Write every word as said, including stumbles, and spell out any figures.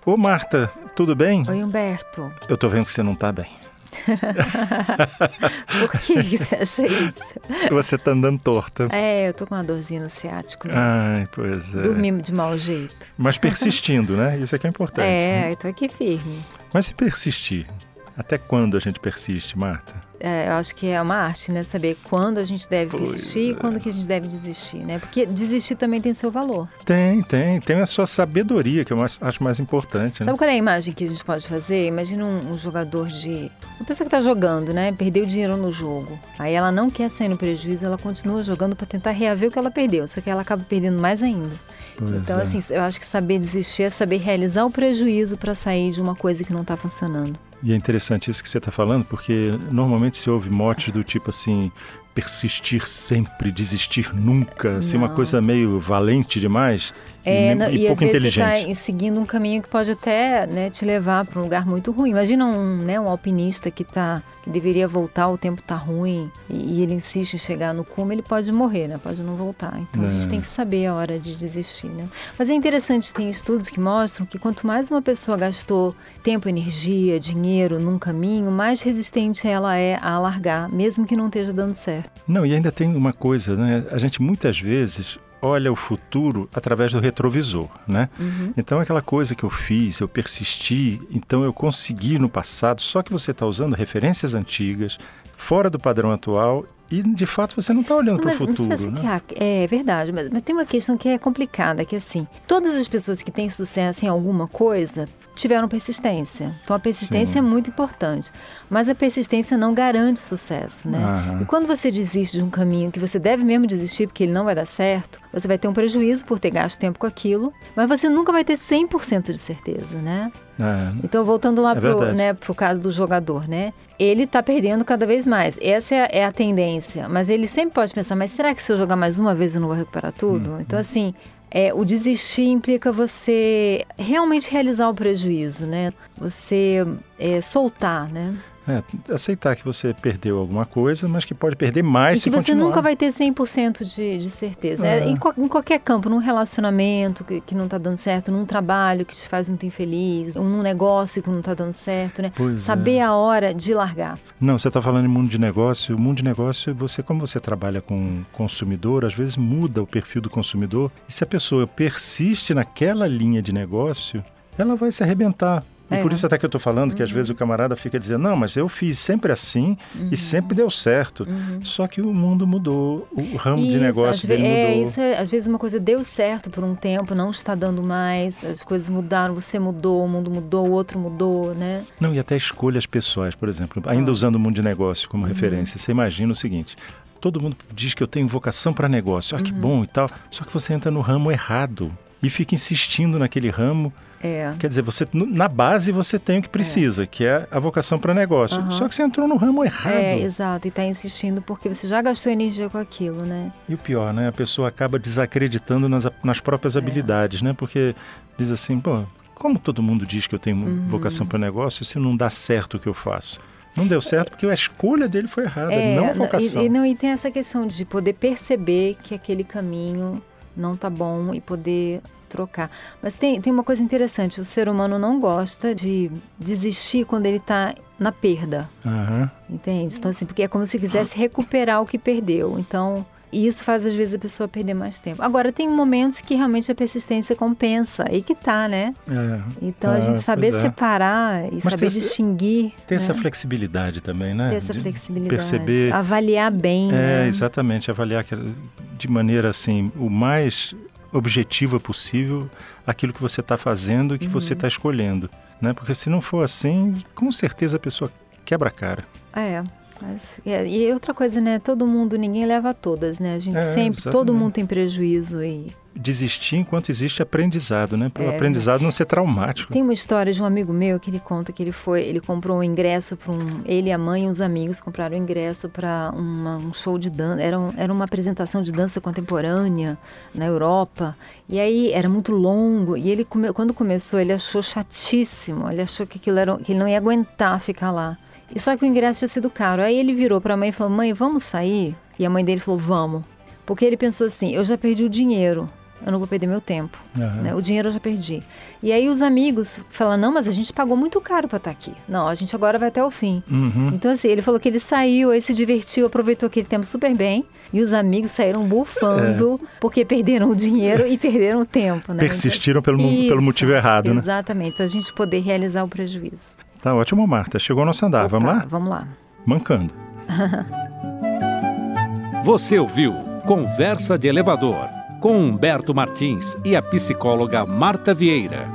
Ô Marta, tudo bem? Oi, Humberto. Eu tô vendo que você não tá bem. Por que você acha isso? Você tá andando torta. É, eu tô com uma dorzinha no ciático mesmo. Ai, pois é. Dormi de mau jeito. Mas persistindo, né? Isso é que é importante. É, né? eu tô aqui firme. Mas se persistir, até quando a gente persiste, Marta? É, eu acho que é uma arte, né? Saber quando a gente deve Pois persistir é. e quando que a gente deve desistir, né? Porque desistir também tem seu valor. Tem, tem. Tem a sua sabedoria, que eu mais- acho mais importante, né? Sabe qual é a imagem que a gente pode fazer? Imagina um, um jogador de... Uma pessoa que está jogando, né? Perdeu dinheiro no jogo. Aí ela não quer sair no prejuízo, ela continua jogando para tentar reaver o que ela perdeu. Só que ela acaba perdendo mais ainda. Pois Então, é. assim, eu acho que saber desistir é saber realizar o prejuízo para sair de uma coisa que não está funcionando. E é interessante isso que você está falando, porque normalmente se ouve motes do tipo assim, persistir sempre, desistir nunca, assim, uma Não. coisa meio valente demais e, É, me- não, e e às pouco vezes inteligente. você está seguindo um caminho que pode até, né, te levar para um lugar muito ruim. Imagina um, né, um alpinista que, tá, que deveria voltar, o tempo está ruim e, e ele insiste em chegar no cume, ele pode morrer, né? Pode não voltar. Então a gente É. tem que saber a hora de desistir, né? Mas é interessante, tem estudos que mostram que quanto mais uma pessoa gastou tempo, energia, dinheiro num caminho, mais resistente ela é a largar, mesmo que não esteja dando certo. Não, e ainda tem uma coisa, né? A gente muitas vezes olha o futuro através do retrovisor, né? Uhum. Então aquela coisa que eu fiz, eu persisti, então eu consegui no passado, só que você está usando referências antigas, fora do padrão atual e de fato você não está olhando para o Mas não futuro, sei se né? que há- é verdade, mas, mas tem uma questão que é complicada, que assim, todas as pessoas que têm sucesso em alguma coisa tiveram persistência. Então a persistência Sim. é muito importante, mas a persistência não garante sucesso, né? Aham. E quando você desiste de um caminho que você deve mesmo desistir porque ele não vai dar certo, você vai ter um prejuízo por ter gasto tempo com aquilo, mas você nunca vai ter cem por cento de certeza, né? É, Então, voltando lá É pro, verdade. né, pro caso do jogador, né? Ele tá perdendo cada vez mais. Essa é a, é a tendência. Mas ele sempre pode pensar, mas será que se eu jogar mais uma vez eu não vou recuperar tudo? Hum, Então, assim, é, o desistir implica você realmente realizar o prejuízo, né? Você é, soltar, né? É, aceitar que você perdeu alguma coisa, mas que pode perder mais E se que você continuar. nunca vai ter cem por cento de, de certeza. É. É, em, qual- em qualquer campo, num relacionamento que, que não tá dando certo, num trabalho que te faz muito infeliz, num negócio que não tá dando certo, né? Pois é. Saber a hora de largar. Não, você está falando em mundo de negócio. O mundo de negócio, você, como você trabalha com consumidor, às vezes muda o perfil do consumidor. E se a pessoa persiste naquela linha de negócio, ela vai se arrebentar. E É. por isso até que eu estou falando que às vezes o camarada fica dizendo, não, mas eu fiz sempre assim e sempre deu certo. Só que o mundo mudou, o ramo de Isso, negócio às ve- dele é, mudou. isso é, às vezes uma coisa deu certo por um tempo, não está dando mais, as coisas mudaram, você mudou, o mundo mudou, o outro mudou, né? Não, e até escolhas pessoais, por exemplo, ainda usando o mundo de negócio como referência, você imagina o seguinte, todo mundo diz que eu tenho vocação para negócio, ah, que bom e tal, só que você entra no ramo errado e fica insistindo naquele ramo. É. Quer dizer, você, no- na base você tem o que precisa, que é a vocação para negócio, Aham. só que você entrou no ramo errado. É, exato, e está insistindo porque você já gastou energia com aquilo, né? E o pior, né? A pessoa acaba desacreditando nas, nas próprias habilidades, né? Porque diz assim, pô, como todo mundo diz que eu tenho vocação para negócio, se não dá certo o que eu faço? Não deu certo porque a escolha dele foi errada, não a vocação. E, e, não, e tem essa questão de poder perceber que aquele caminho não tá bom e poder trocar. Mas tem, tem uma coisa interessante, o ser humano não gosta de desistir quando ele está na perda, Aham. entende? Então assim, porque é como se quisesse recuperar o que perdeu. Então, e isso faz às vezes a pessoa perder mais tempo. Agora, tem momentos que realmente a persistência compensa, aí que tá, né? É. Então a Ah, gente saber pois é. separar e Mas saber tem- distinguir, Tem né? essa flexibilidade também, né? Ter essa De flexibilidade, perceber. avaliar bem, É, né? exatamente, avaliar que- de maneira assim, o mais objetiva possível aquilo que você está fazendo e que você está escolhendo, né? Porque se não for assim, com certeza a pessoa quebra a cara. É, mas, é, e outra coisa, né? Todo mundo, ninguém leva a todas, né? A gente É, sempre, todo exatamente. mundo tem prejuízo e... Desistir enquanto existe aprendizado, né? Para o É, aprendizado não ser traumático. Tem uma história de um amigo meu que ele conta que ele foi, ele comprou um ingresso para um, ele, a mãe e os amigos compraram um ingresso para um show de dança, era, um, era uma apresentação de dança contemporânea na Europa, e aí era muito longo, e ele, come, quando começou, ele achou chatíssimo, ele achou que aquilo era, que ele não ia aguentar ficar lá. E só que o ingresso tinha sido caro, aí ele virou para a mãe e falou, mãe, vamos sair? E a mãe dele falou, vamos. Porque ele pensou assim, eu já perdi o dinheiro, eu não vou perder meu tempo. Uhum. Né? O dinheiro eu já perdi. E aí os amigos falam, não, mas a gente pagou muito caro para estar aqui. Não, a gente agora vai até o fim. Uhum. Então assim, ele falou que ele saiu, aí se divertiu, aproveitou aquele tempo super bem. E os amigos saíram bufando, é. porque perderam o dinheiro e perderam o tempo. Né? Persistiram então, pelo, isso, pelo motivo errado, né? Exatamente, a gente poder realizar o prejuízo. Tá ótimo, Marta. Chegou o nosso andar, Opa, vamos lá? Vamos lá. Mancando. Você ouviu Conversa de Elevador, com Humberto Martins e a psicóloga Marta Vieira.